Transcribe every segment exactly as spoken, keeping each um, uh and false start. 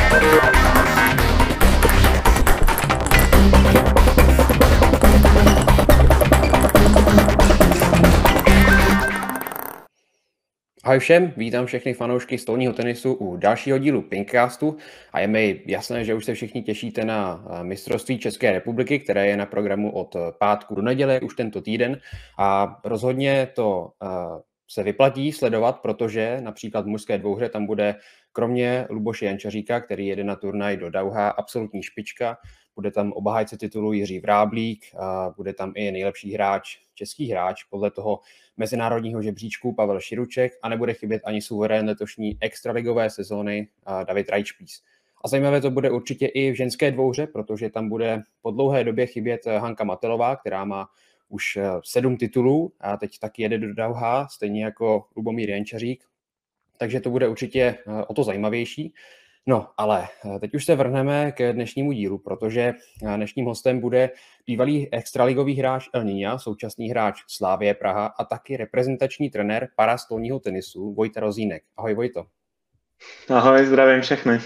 Ahoj všem, vítám všechny fanoušky stolního tenisu u dalšího dílu Pinkcastu a je mi jasné, že už se všichni těšíte na mistrovství České republiky, které je na programu od pátku do neděle už tento týden a rozhodně to se vyplatí sledovat, protože například v mužské dvouhře tam bude kromě Luboše Jančaříka, který jede na turnaj do Dauha, absolutní špička. Bude tam obhájce titulu Jiří Vráblík, a bude tam i nejlepší hráč, český hráč podle toho mezinárodního žebříčku Pavel Širuček a nebude chybět ani suverén letošní extraligové sezóny David Rajčpíš. A zajímavé to bude určitě i v ženské dvouhře, protože tam bude po dlouhé době chybět Hanka Matelová, která má už sedm titulů a teď taky jede do Dauha, stejně jako Lubomír Jančařík. Takže to bude určitě o to zajímavější. No, ale teď už se vrhneme k dnešnímu dílu, protože dnešním hostem bude bývalý extraligový hráč El Niña, současný hráč Slavie Praha a taky reprezentační trenér parastolního tenisu Vojta Rozínek. Ahoj Vojto. Ahoj, zdravím všechny.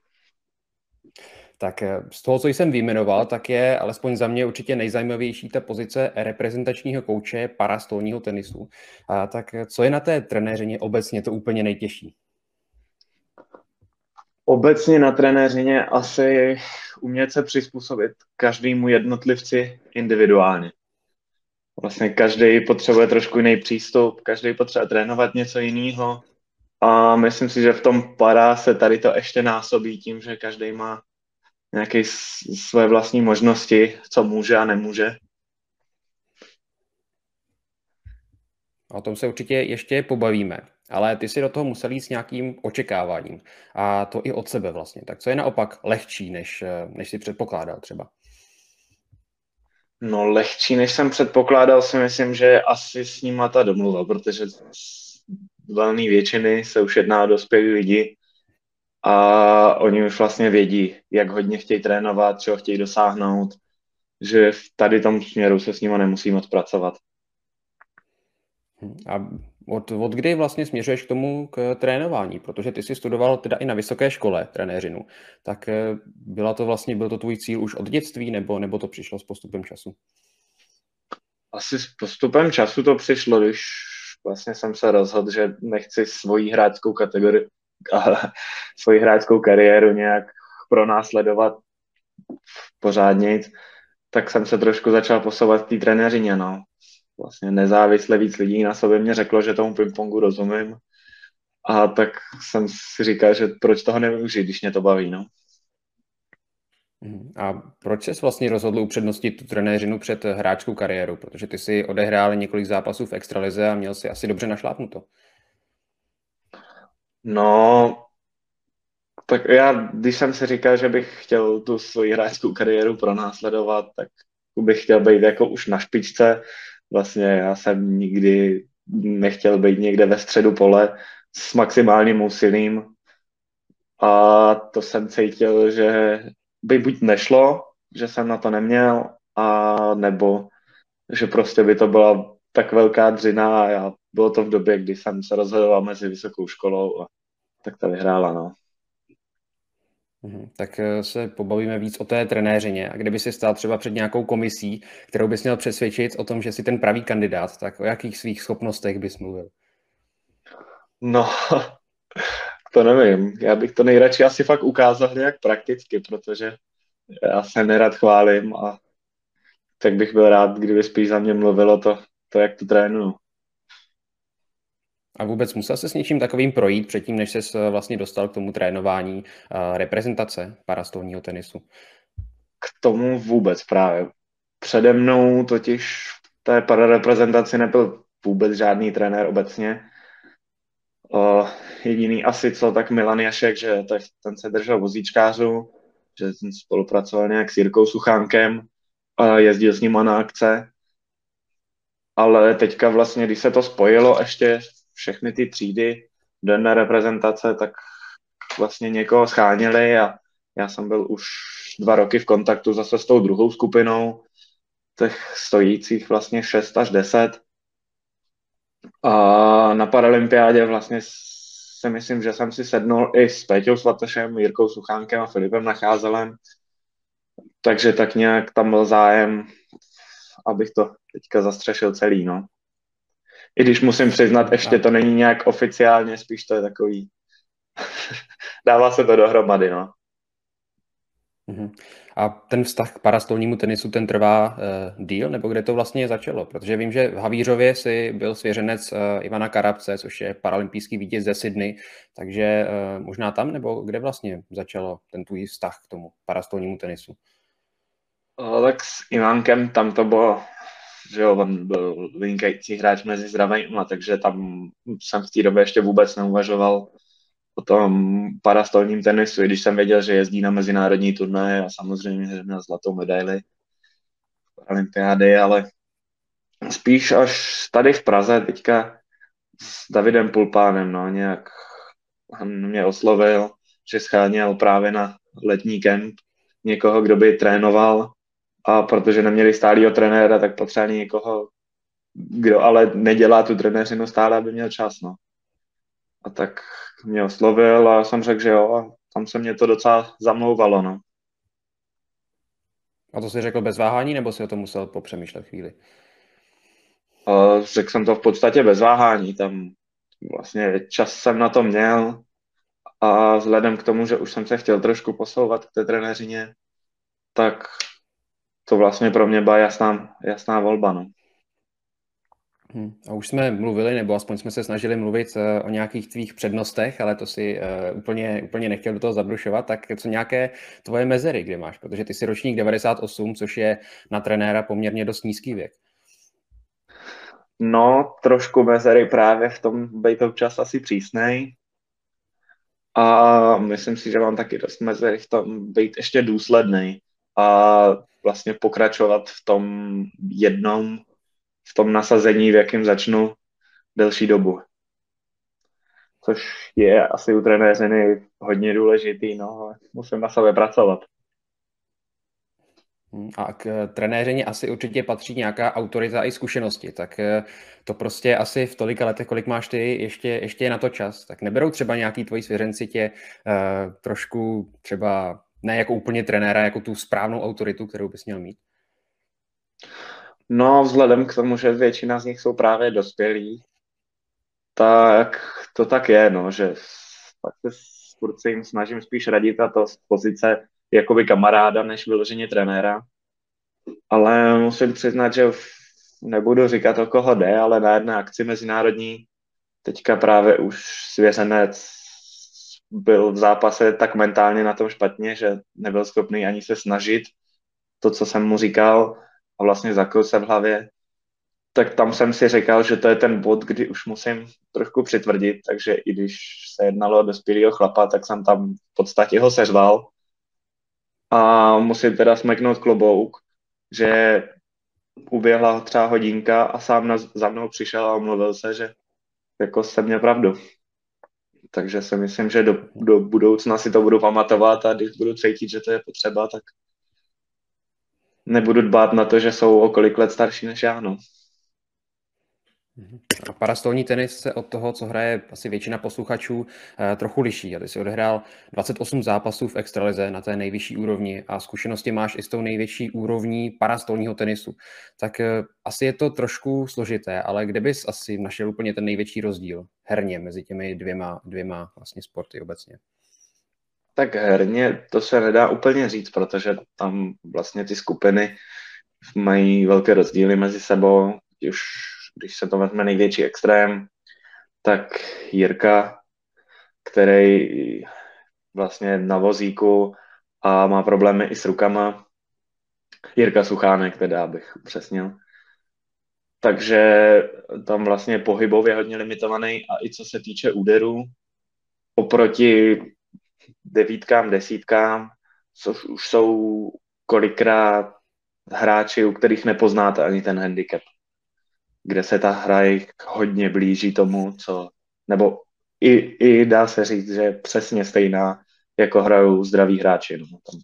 Tak z toho, co jsem vyjmenoval, tak je alespoň za mě určitě nejzajímavější ta pozice reprezentačního kouče parastolního tenisu. A tak co je na té trenéřině obecně to úplně nejtěžší? Obecně na trenéřině asi umět se přizpůsobit každému jednotlivci individuálně. Vlastně každý potřebuje trošku jiný přístup, každý potřebuje trénovat něco jiného a myslím si, že v tom para se tady to ještě násobí tím, že každý má nějaké své vlastní možnosti, co může a nemůže. O tom se určitě ještě pobavíme, ale ty si do toho musel jít s nějakým očekáváním a to i od sebe vlastně. Tak co je naopak lehčí, než, než si předpokládal třeba? No lehčí, než jsem předpokládal, si myslím, že je asi s nima ta domluva, protože z valné většiny se už jedná o dospělí lidi a oni už vlastně vědí, jak hodně chtějí trénovat, čeho chtějí dosáhnout, že v tady tom směru se s nima nemusí moc pracovat. A od, od kdy vlastně směřuješ k tomu k trénování? Protože ty jsi studoval teda i na vysoké škole trenéřinu. Tak byla to vlastně, byl to tvůj cíl už od dětství, nebo, nebo to přišlo s postupem času? Asi s postupem času to přišlo, když vlastně jsem se rozhodl, že nechci svoji hráčskou kategorii, svoji hráčskou kariéru nějak pronásledovat pořádně, tak jsem se trošku začal posouvat v té trenéřině, no. Vlastně nezávisle víc lidí na sobě mě řeklo, že tomu pingpongu rozumím. A tak jsem si říkal, že proč toho nevyužít, když mě to baví, no. A proč jsi vlastně rozhodl upřednostnit tu trenéřinu před hráčskou kariéru? Protože ty si odehrál několik zápasů v extralize a měl si asi dobře našlápnuto. No, tak já, když jsem si říkal, že bych chtěl tu svoji hráčskou kariéru pronásledovat, tak bych chtěl být jako už na špičce. Vlastně já jsem nikdy nechtěl být někde ve středu pole s maximálním úsilím a to jsem cítil, že by buď nešlo, že jsem na to neměl, a nebo že prostě by to byla tak velká dřina a já, bylo to v době, kdy jsem se rozhodoval mezi vysokou školou a tak ta vyhrála, no. Tak se pobavíme víc o té trenéřině. A kdyby si stál třeba před nějakou komisí, kterou bys měl přesvědčit o tom, že jsi ten pravý kandidát, tak o jakých svých schopnostech bys mluvil? No, to nevím. Já bych to nejradši asi fakt ukázal nějak prakticky, protože já se nerad chválím a tak bych byl rád, kdyby spíš za mě mluvilo to, to jak to trénuju. A vůbec musel se s něčím takovým projít předtím, než ses vlastně dostal k tomu trénování reprezentace parastolního tenisu? K tomu vůbec právě. Přede mnou totiž v té parareprezentaci nebyl vůbec žádný trenér obecně. O, jediný asi co, tak Milan Jašek, že tak ten se držel vozíčkářů, že jsem spolupracoval nějak s Jirkou Suchánkem a jezdil s nima na akce. Ale teďka vlastně, když se to spojilo ještě všechny ty třídy do jedné reprezentace, tak vlastně někoho scháněli a já jsem byl už dva roky v kontaktu zase s tou druhou skupinou, těch stojících vlastně šest až deset. A na paralympiádě vlastně si myslím, že jsem si sednul i s Péťou Svatešem, Jirkou Suchánkem a Filipem Nacházelem, takže tak nějak tam byl zájem, abych to teďka zastřešil celý, no. I když musím přiznat, ještě to není nějak oficiálně, spíš to je takový, dává se to dohromady, no. A ten vztah k parastolnímu tenisu, ten trvá uh, díl, nebo kde to vlastně začalo? Protože vím, že v Havířově si byl svěřenec uh, Ivana Karabce, což je paralympijský vítěz ze Sydney, takže uh, možná tam, nebo kde vlastně začalo ten tvůj vztah k tomu parastolnímu tenisu? O, tak s Ivankem tam to bylo, že jo, on byl vynikající hráč mezi zdravejma, takže tam jsem v té době ještě vůbec neuvažoval o tom parastolním tenisu, i když jsem věděl, že jezdí na mezinárodní turnaje a samozřejmě, že měl zlatou medaili olympiády, ale spíš až tady v Praze teďka s Davidem Pulpánem, no, nějak on mě oslovil, že scháněl právě na letní kemp někoho, kdo by trénoval, a protože neměli stálýho trenéra, tak potřebovali někoho, kdo ale nedělá tu trenéřinu stále, aby měl čas, no. A tak mě oslovil a jsem řekl, že jo, a tam se mě to docela zamlouvalo, no. A to jsi řekl bez váhání, nebo si o tom musel popřemýšlet chvíli? A řekl jsem to v podstatě bez váhání, tam vlastně čas jsem na to měl a vzhledem k tomu, že už jsem se chtěl trošku posouvat k té trenéřině, tak to vlastně pro mě byla jasná, jasná volba, no. Hmm. A už jsme mluvili, nebo aspoň jsme se snažili mluvit uh, o nějakých tvých přednostech, ale to si uh, úplně, úplně nechtěl do toho zabrušovat, tak co nějaké tvoje mezery, kde máš? Protože ty jsi ročník devadesát osm, což je na trenéra poměrně dost nízký věk. No, trošku mezery právě v tom být občas asi přísnej. A myslím si, že mám taky dost mezery v tom být ještě důslednej a vlastně pokračovat v tom jednom, v tom nasazení, v jakém začnu delší dobu. Což je asi u trenéřiny hodně důležitý, no, ale musím na sebe pracovat. A k trenéřině asi určitě patří nějaká autorita i zkušenosti, tak to prostě asi v tolika letech, kolik máš ty, ještě, ještě je na to čas. Tak neberou třeba nějaký tvoji svěřenci tě uh, trošku třeba, ne jako úplně trenéra, jako tu správnou autoritu, kterou bys měl mít? No, vzhledem k tomu, že většina z nich jsou právě dospělí, tak to tak je, no, že tak se furt se jim snažím spíš radit a to z pozice jakoby kamaráda, než vyloženě trenéra. Ale musím přiznat, že nebudu říkat, o koho jde, ale na jedné akci mezinárodní teďka právě už svěřenec byl v zápase tak mentálně na tom špatně, že nebyl schopný ani se snažit to, co jsem mu říkal, a vlastně zakl se v hlavě. Tak tam jsem si říkal, že to je ten bod, kdy už musím trošku přitvrdit, takže i když se jednalo o dospělého chlapa, tak jsem tam v podstatě ho seřval. A musím teda smeknout klobouk, že uběhla třeba hodinka a sám na, za mnou přišel a omluvil se, že jako jsem měl pravdu. Takže si myslím, že do, do budoucna si to budu pamatovat a když budu cítit, že to je potřeba, tak nebudu dbát na to, že jsou o kolik let starší než já, no. A parastolní tenis se od toho, co hraje asi většina posluchačů, trochu liší. A ty jsi odehrál dvacet osm zápasů v extralize na té nejvyšší úrovni a zkušenosti máš i s tou největší úrovní parastolního tenisu. Tak asi je to trošku složité, ale kde bys asi našel úplně ten největší rozdíl herně mezi těmi dvěma, dvěma vlastně sporty obecně? Tak herně to se nedá úplně říct, protože tam vlastně ty skupiny mají velké rozdíly mezi sebou, už když se to vezme největší extrém, tak Jirka, který vlastně na vozíku a má problémy i s rukama, Jirka Suchánek, teda abych upřesnil. Takže tam vlastně pohybově hodně limitovaný a i co se týče úderů, oproti devítkám, desítkám, což už jsou kolikrát hráči, u kterých nepoznáte ani ten handicap, kde se ta hra hodně blíží tomu, co, nebo i, i dá se říct, že je přesně stejná, jako hrajou zdraví hráči. No, tam.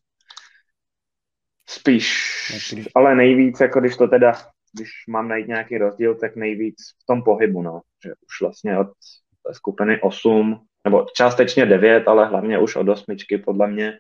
Spíš, ale nejvíc, jako když to teda, když mám najít nějaký rozdíl, tak nejvíc v tom pohybu, no, že už vlastně od skupiny osm nebo částečně devět, ale hlavně už od osmičky podle mě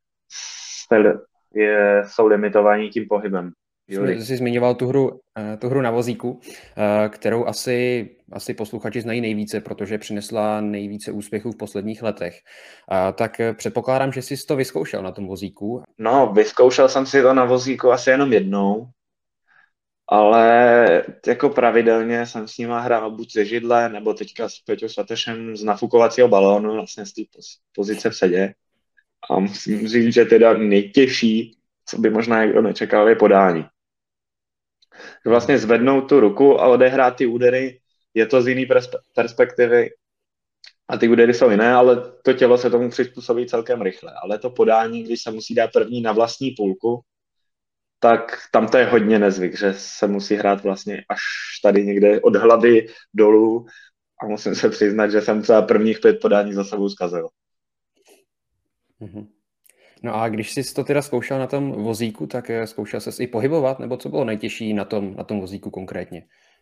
je, jsou limitovaní tím pohybem. Jsi, jsi zmiňoval tu hru, tu hru na vozíku, kterou asi, asi posluchači znají nejvíce, protože přinesla nejvíce úspěchů v posledních letech. Tak předpokládám, že jsi to vyzkoušel na tom vozíku. No, vyzkoušel jsem si to na vozíku asi jenom jednou, ale jako pravidelně jsem s nima hrál buď ze židle, nebo teďka s Peťou Svatešem z nafukovacího balónu, vlastně z té pozice v sedě. A musím říct, že teda nejtěžší, co by možná někdo nečekal, je podání. Vlastně zvednout tu ruku a odehrát ty údery, je to z jiné perspektivy a ty údery jsou jiné, ale to tělo se tomu přizpůsobí celkem rychle. Ale to podání, když se musí dát první na vlastní půlku, tak tam to je hodně nezvyk, že se musí hrát vlastně až tady někde od hlavy dolů a musím se přiznat, že jsem třeba prvních pět podání za sebou zkazil. Mm-hmm. No a když jsi to teda zkoušel na tom vozíku, tak zkoušel ses i pohybovat, nebo co bylo nejtěžší na tom, na tom vozíku konkrétně?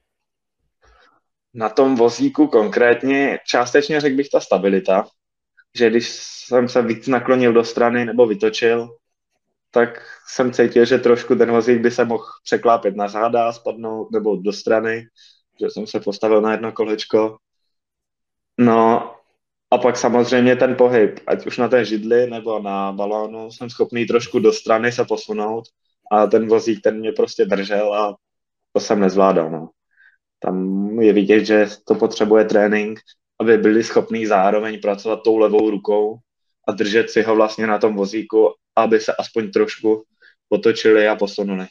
Na tom vozíku konkrétně částečně řekl bych ta stabilita, že když jsem se víc naklonil do strany nebo vytočil, tak jsem cítil, že trošku ten vozík by se mohl překlápět na záda, spadnout nebo do strany, že jsem se postavil na jedno kolečko. No a pak samozřejmě ten pohyb, ať už na té židli nebo na balónu, jsem schopný trošku do strany se posunout a ten vozík, ten mě prostě držel a to jsem nezvládal. No. Tam je vidět, že to potřebuje trénink, aby byli schopní zároveň pracovat tou levou rukou a držet si ho vlastně na tom vozíku, aby se aspoň trošku potočili a posunuli.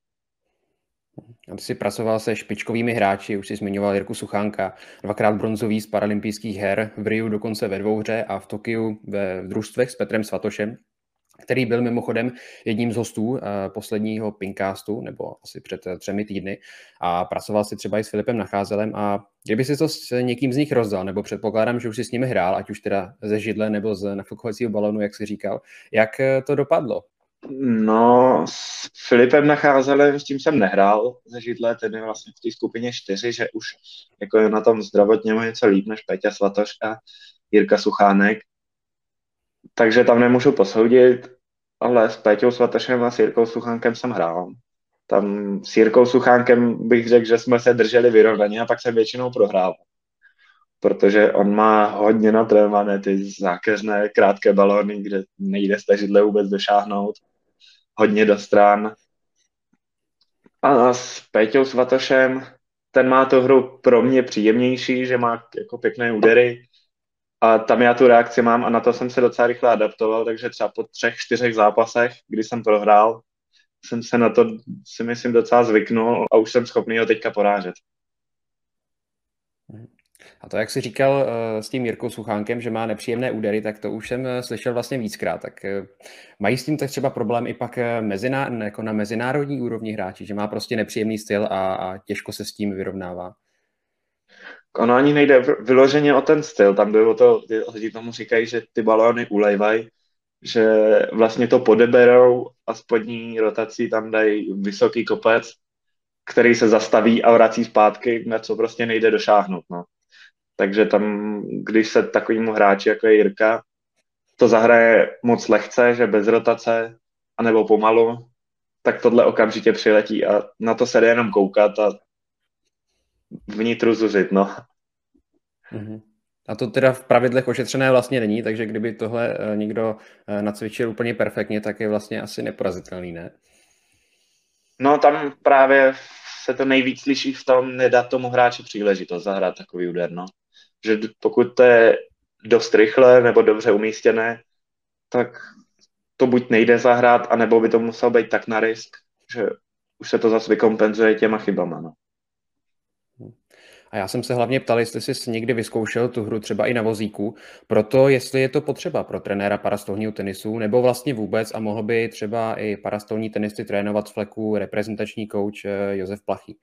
A ty jsi pracoval se špičkovými hráči, už jsi zmiňoval Jirku Suchánka, dvakrát bronzový z paralympijských her, v Riu dokonce ve dvouhře a v Tokiu ve družstvech s Petrem Svatošem, který byl mimochodem jedním z hostů uh, posledního Pinkastu, nebo asi před uh, třemi týdny, a pracoval si třeba i s Filipem Nacházelem. A kdyby si to s někým z nich rozdal, nebo předpokládám, že už jsi s nimi hrál, ať už teda ze židle nebo z nafukovacího balonu, jak jsi říkal, jak uh, to dopadlo? No, s Filipem Nacházelem, s tím jsem nehrál ze židle, ten je vlastně v té skupině čtyři, že už jako je na tom zdravotně něco líp než Peťa Svatoš a Jirka Suchánek. Takže tam nemůžu posoudit, ale s Péťou Svatošem a s Jirkou Suchánkem jsem hrál. Tam s Jirkou Suchánkem bych řekl, že jsme se drželi vyrovnaně a pak jsem většinou prohrál. Protože on má hodně natrénované ty zákeřné krátké balóny, kde nejde z té židle vůbec došáhnout. Hodně do stran. A s Péťou Svatošem, ten má tu hru pro mě příjemnější, že má jako pěkné údery. A tam já tu reakci mám a na to jsem se docela rychle adaptoval, takže třeba po třech, čtyřech zápasech, kdy jsem prohrál, jsem se na to, si myslím, docela zvyknul a už jsem schopný ho teďka porážet. A to, jak jsi říkal uh, s tím Jirkou Suchánkem, že má nepříjemné údery, tak to už jsem uh, slyšel vlastně víckrát. Tak uh, mají s tím tak třeba problém i pak uh, meziná, jako na mezinárodní úrovni hráči, že má prostě nepříjemný styl a, a těžko se s tím vyrovnává? Ono ani nejde vyloženě o ten styl, tam jde o to, lidi tomu říkají, že ty balóny ulejvají, že vlastně to podeberou a spodní rotací tam dají vysoký kopec, který se zastaví a vrací zpátky, na co prostě nejde došáhnout. No. Takže tam, když se takovýmu hráči, jako je Jirka, to zahraje moc lehce, že bez rotace, anebo pomalu, tak tohle okamžitě přiletí a na to se jde jenom koukat a vnitru zuřit, no. Mm-hmm. A to teda v pravidlech ošetřené vlastně není, takže kdyby tohle někdo nacvičil úplně perfektně, tak je vlastně asi neporazitelný, ne? No tam právě se to nejvíc liší v tom nedat tomu hráči příležitost zahrát takový úder, no. Že pokud to je dost rychle nebo dobře umístěné, tak to buď nejde zahrát, anebo by to musel být tak na risk, že už se to zase vykompenzuje těma chybama, no. A já jsem se hlavně ptal, jestli jsi někdy vyzkoušel tu hru třeba i na vozíku, proto jestli je to potřeba pro trenéra parastolního tenisu, nebo vlastně vůbec a mohl by třeba i parastolní tenisty trénovat z fleku reprezentační kouč Josef Plachý.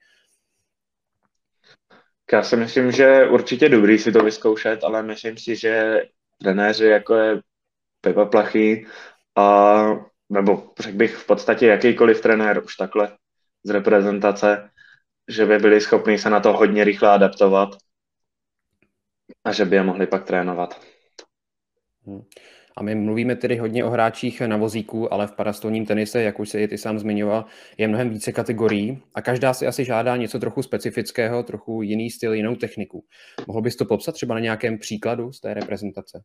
Já si myslím, že určitě dobrý si to vyzkoušet, ale myslím si, že trenéři jako je Pepa Plachý a nebo řekl bych v podstatě jakýkoliv trenér už takhle z reprezentace, že by byli schopni se na to hodně rychle adaptovat. a že by je mohli pak trénovat. Hmm. A my mluvíme tedy hodně o hráčích na vozíku, ale v parastolním tenise, jak už se i ty sám zmiňoval, je mnohem více kategorií a každá si asi žádá něco trochu specifického, trochu jiný styl, jinou techniku. Mohl bys to popsat třeba na nějakém příkladu z té reprezentace?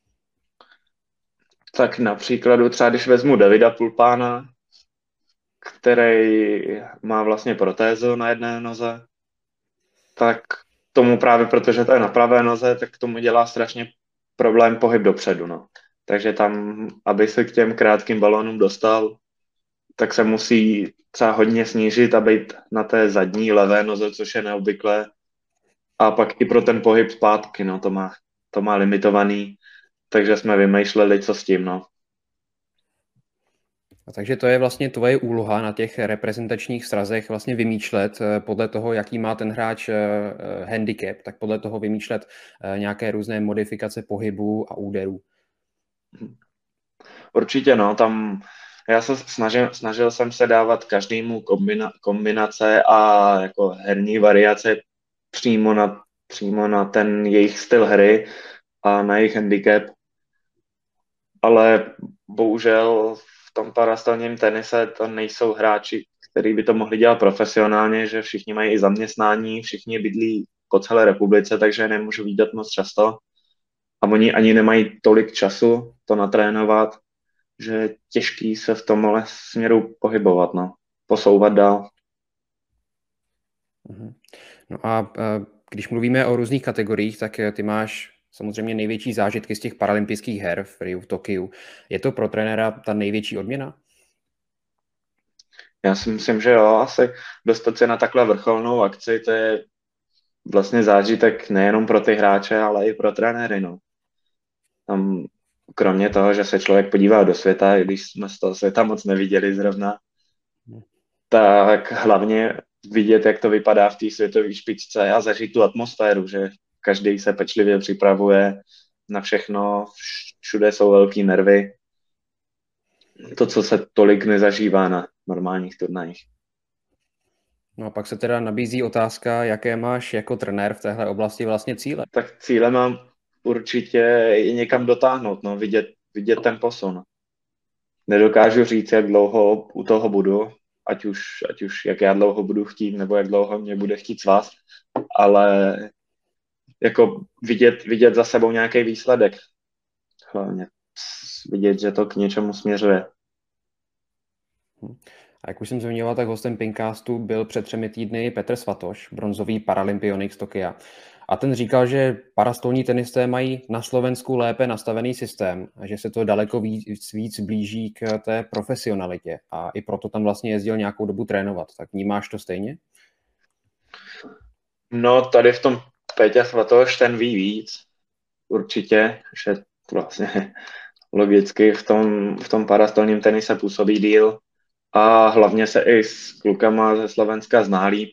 Tak například třeba, když vezmu Davida Pulpána, který má vlastně protézu na jedné noze, tak tomu právě, protože to je na pravé noze, tak tomu dělá strašně problém pohyb dopředu. No. Takže tam, aby se k těm krátkým balónům dostal, tak se musí třeba hodně snížit a být na té zadní levé noze, což je neobvyklé. A pak i pro ten pohyb zpátky, no, to má, to má limitovaný, takže jsme vymýšleli, co s tím, no. A takže to je vlastně tvoje úloha na těch reprezentačních srazech vlastně vymýšlet podle toho, jaký má ten hráč handicap, tak podle toho vymýšlet nějaké různé modifikace pohybu a úderů. Určitě, no, tam já se snažil, snažil jsem se dávat každému kombina, kombinace a jako herní variace přímo na, přímo na ten jejich styl hry a na jejich handicap. Ale bohužel v tom parastolním tenise to nejsou hráči, kteří by to mohli dělat profesionálně, že všichni mají i zaměstnání, všichni bydlí po celé republice, takže nemůžu vidět moc často. A oni ani nemají tolik času to natrénovat, že je těžký se v tomhle směru pohybovat, no. Posouvat dál. No a když mluvíme o různých kategoriích, tak ty máš samozřejmě největší zážitky z těch paralympijských her v Riu, v Tokiu. Je to pro trenéra ta největší odměna? Já si myslím, že jo, asi dostat se na takhle vrcholnou akci, to je vlastně zážitek nejenom pro ty hráče, ale i pro trenéry, no. Tam kromě toho, že se člověk podívá do světa, i když jsme z toho světa moc neviděli zrovna, tak hlavně vidět, jak to vypadá v té světové špičce a zažít tu atmosféru, že každý se pečlivě připravuje na všechno, všude jsou velký nervy. To, co se tolik nezažívá na normálních turnajích. No a pak se teda nabízí otázka, jaké máš jako trenér v téhle oblasti vlastně cíle? Tak cíle mám určitě je někam dotáhnout, no, vidět, vidět ten posun. Nedokážu říct, jak dlouho u toho budu, ať už, ať už jak já dlouho budu chtít, nebo jak dlouho mě bude chtít svaz, ale jako vidět, vidět za sebou nějaký výsledek. Hlavně vidět, že to k něčemu směřuje. A jak už jsem zmiňoval, tak hostem Pincastu byl před třemi týdny Petr Svatoš, bronzový paralympionik z Tokia. A ten říkal, že parastolní tenisté mají na Slovensku lépe nastavený systém a že se to daleko víc, víc blíží k té profesionalitě. A i proto tam vlastně jezdil nějakou dobu trénovat. Tak vnímáš to stejně? No, tady v tom Péťa Svatoš, ten ví víc. Určitě, že vlastně logicky v tom, v tom parastolním tenise působí díl a hlavně se i s klukama ze Slovenska zná líp.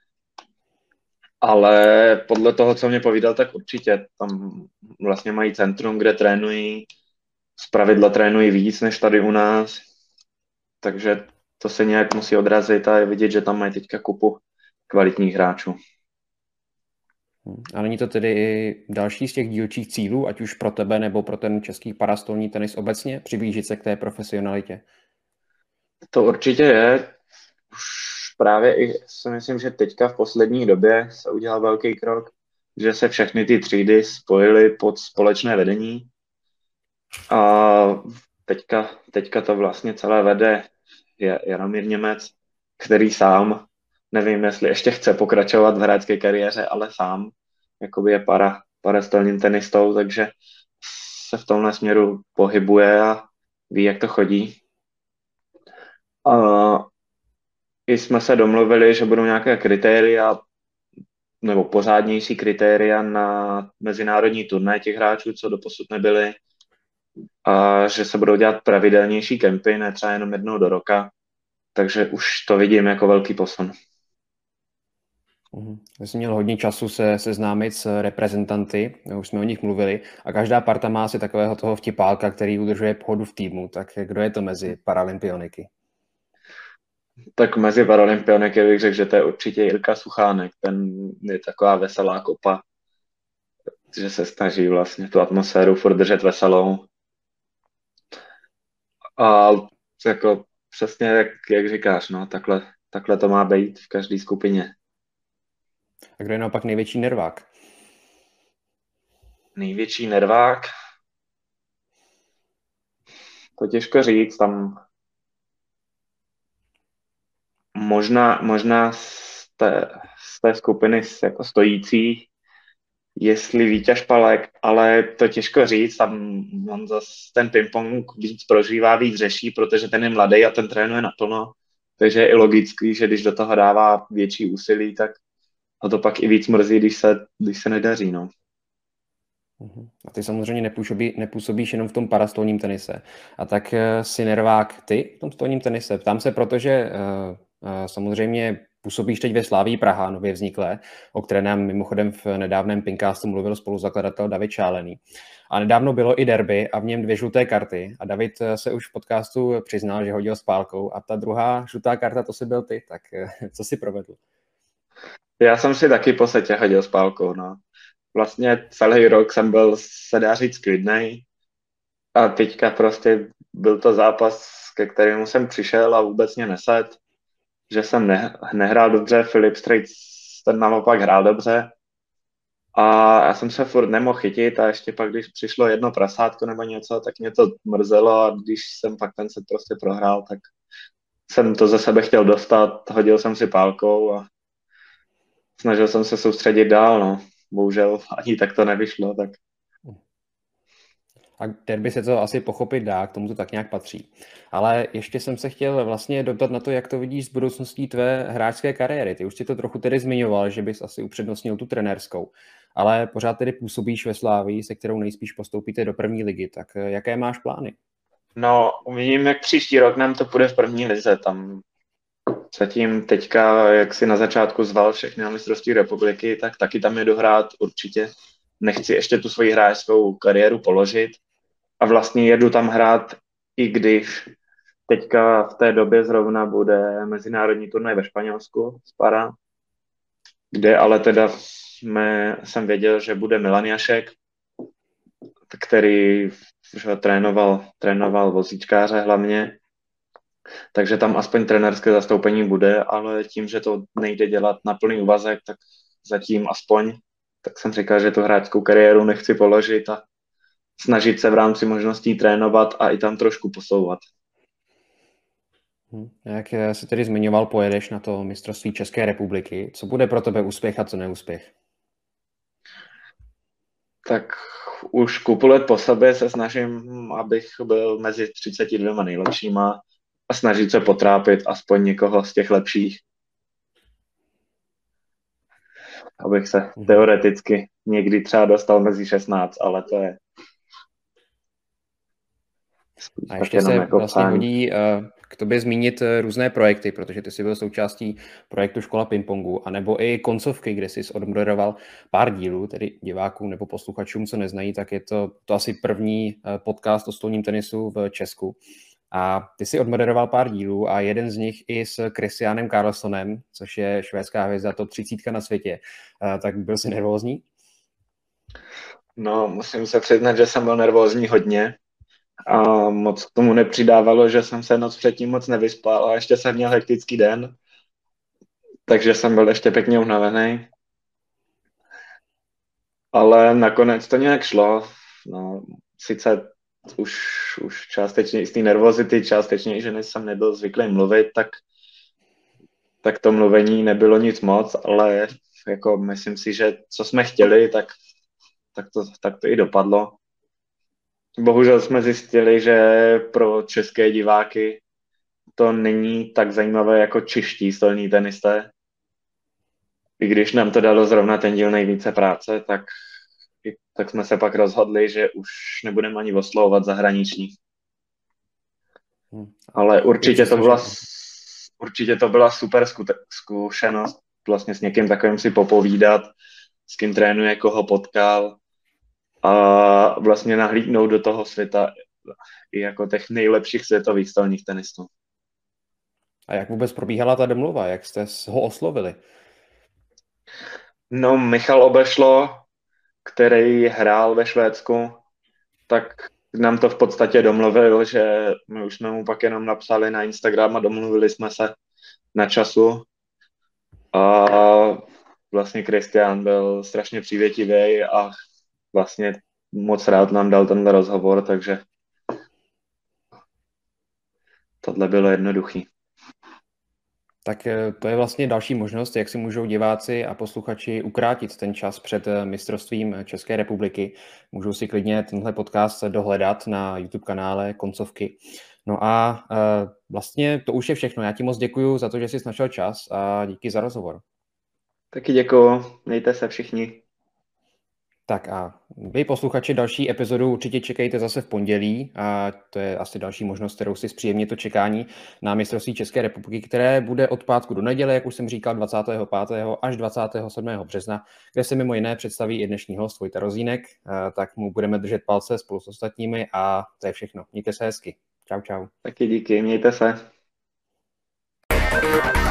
Ale podle toho, co mě povídal, tak určitě tam vlastně mají centrum, kde trénují, zpravidla trénují víc než tady u nás, takže to se nějak musí odrazit a je vidět, že tam mají teďka kupu kvalitních hráčů. A není to tedy i další z těch dílčích cílů, ať už pro tebe nebo pro ten český parastolní tenis obecně, přiblížit se k té profesionalitě? To určitě je. Už právě i si myslím, že teďka v poslední době se udělal velký krok, že se všechny ty třídy spojily pod společné vedení a teďka, teďka to vlastně celé vede je Jaromír Němec, který sám, nevím, jestli ještě chce pokračovat v hráčské kariéře, ale sám jakoby je para, parastolním tenistou, takže se v tomhle směru pohybuje a ví, jak to chodí. A i jsme se domluvili, že budou nějaké kritéria nebo pořádnější kritéria na mezinárodní turné těch hráčů, co doposud nebyly, a že se budou dělat pravidelnější kempy, ne třeba jenom jednou do roka, takže už to vidím jako velký posun. Uhum. Já jsem měl hodně času se seznámit s reprezentanty, už jsme o nich mluvili, a každá parta má si takového toho vtipálka, který udržuje pohodu v týmu, tak kdo je to mezi paralympioniky? Tak mezi paralympioniky bych řekl, že to je určitě Jirka Suchánek, ten je taková veselá kopa. že se snaží vlastně tu atmosféru furt držet veselou. A jako přesně jak, jak říkáš, no, takhle, takhle to má být v každé skupině. A kdo je naopak největší nervák? Největší nervák? To těžko říct, tam možná, možná z té, z té skupiny jako stojící, jestli Víťa Špalek, ale to těžko říct, tam on zase ten ping-pong víc prožívá, víc řeší, protože ten je mladý a ten trénuje naplno, takže je i logický, že když do toho dává větší úsilí, tak ho to pak i víc mrzí, když se, když se nedaří, no. A ty samozřejmě nepůsobí, nepůsobíš jenom v tom parastolním tenise. A tak si nervák ty v tom stolním tenise? Ptám se, protože uh, uh, samozřejmě působíš teď ve Slavii Praha, nově vzniklé, o které nám mimochodem v nedávném Pinkastu mluvil spoluzakladatel David Šálený. A nedávno bylo i derby a v něm dvě žluté karty. A David se už v podcastu přiznal, že hodil s pálkou. A ta druhá žlutá karta, to si byl ty. Tak co si provedl? Já jsem si taky po setě hodil s pálkou, no. Vlastně celý rok jsem byl, se dá říct, klidnej. A teďka prostě byl to zápas, ke kterému jsem přišel a vůbec mě nesed. Že jsem ne, nehrál dobře, Filip Strejc ten naopak hrál dobře. A já jsem se furt nemohl chytit a ještě pak, když přišlo jedno prasátko nebo něco, tak mě to mrzelo a když jsem pak ten set prostě prohrál, tak jsem to ze sebe chtěl dostat, hodil jsem si pálkou a snažil jsem se soustředit dál, no. Bohužel ani tak to nevyšlo, tak... A derby se to asi pochopit dá, k tomu to tak nějak patří. Ale ještě jsem se chtěl vlastně doptat na to, jak to vidíš s budoucností tvé hráčské kariéry. Ty už si to trochu tedy zmiňoval, že bys asi upřednostnil tu trenérskou, ale pořád tedy působíš ve Slavii, se kterou nejspíš postoupíte do první ligy. Tak jaké máš plány? No, uvidím, jak příští rok nám to půjde v první lize. Tam zatím teďka, jak si na začátku zval všechny na mistrovství republiky, tak taky tam jedu hrát určitě. Nechci ještě tu svoji hráčskou kariéru položit a vlastně jedu tam hrát, i když teďka v té době zrovna bude mezinárodní turnaj ve Španělsku z para, kde ale teda jsme, jsem věděl, že bude Milan Jašek, který že, trénoval, trénoval vozíčkáře hlavně, takže tam aspoň trenérské zastoupení bude, ale tím, že to nejde dělat na plný úvazek, tak zatím aspoň, tak jsem říkal, že tu hráčskou kariéru nechci položit a snažit se v rámci možností trénovat a i tam trošku posouvat. Hmm. Jak se tedy zmiňoval, pojedeš na to mistrovství České republiky. Co bude pro tebe úspěch a co neúspěch? Tak už kupu let po sobě se snažím, abych byl mezi třiceti dvěma nejlepšíma a snažit se potrápit aspoň někoho z těch lepších. Abych se teoreticky někdy třeba dostal mezi šestnáct, ale to je a ještě se jako vlastně pán. hodí uh, k tobě zmínit různé projekty, protože ty jsi byl součástí projektu Škola pingpongu, anebo i koncovky, kde jsi odmoderoval pár dílů, tedy divákům nebo posluchačům, co neznají, tak je to, to asi první uh, podcast o stolním tenisu v Česku. A ty jsi odmoderoval pár dílů a jeden z nich i s Christianem Carlsonem, což je švédská hvězda top třicet na světě. Uh, tak byl jsi nervózní? No, musím se přiznat, že jsem byl nervózní hodně. A moc k tomu nepřidávalo, že jsem se noc předtím moc nevyspal a ještě jsem měl hektický den, takže jsem byl ještě pěkně unavený. Ale nakonec to nějak šlo. No, sice už, už částečně i z té nervozity, částečně i, že jsem nebyl zvyklý mluvit, tak, tak to mluvení nebylo nic moc, ale jako myslím si, že co jsme chtěli, tak, tak, to, tak to i dopadlo. Bohužel jsme zjistili, že pro české diváky to není tak zajímavé jako čeští stolní tenisté. I když nám to dalo zrovna ten díl nejvíce práce, tak, tak jsme se pak rozhodli, že už nebudeme ani oslovovat zahraniční. Ale určitě to byla, určitě to byla super zkušenost vlastně s někým takovým si popovídat, s kým trénuje, koho potkal, a vlastně nahlídnout do toho světa i jako těch nejlepších světových stolních tenistů. A jak vůbec probíhala ta domluva? Jak jste ho oslovili? No, Michal Obešlo který hrál ve Švédsku, tak nám to v podstatě domluvil, že my už jsme mu pak jenom napsali na Instagram a domluvili jsme se na času. A vlastně Kristián byl strašně přívětivý a vlastně moc rád nám dal tenhle rozhovor, takže tohle bylo jednoduchý. Tak to je vlastně další možnost, jak si můžou diváci a posluchači ukrátit ten čas před mistrovstvím České republiky. Můžou si klidně tenhle podcast dohledat na YouTube kanále Koncovky. No a vlastně to už je všechno. Já ti moc děkuju za to, že jsi našel čas a díky za rozhovor. Taky děkuju. Mějte se všichni. Tak a vy posluchači další epizodu určitě čekejte zase v pondělí a to je asi další možnost, kterou si zpříjemní to čekání na mistrovství České republiky, které bude od pátku do neděle, jak už jsem říkal, dvacátého pátého až dvacátého sedmého března, kde se mimo jiné představí i dnešní host Vojta Rozínek, tak mu budeme držet palce spolu s ostatními a to je všechno. Mějte se hezky. Čau, čau. Taky díky, mějte se.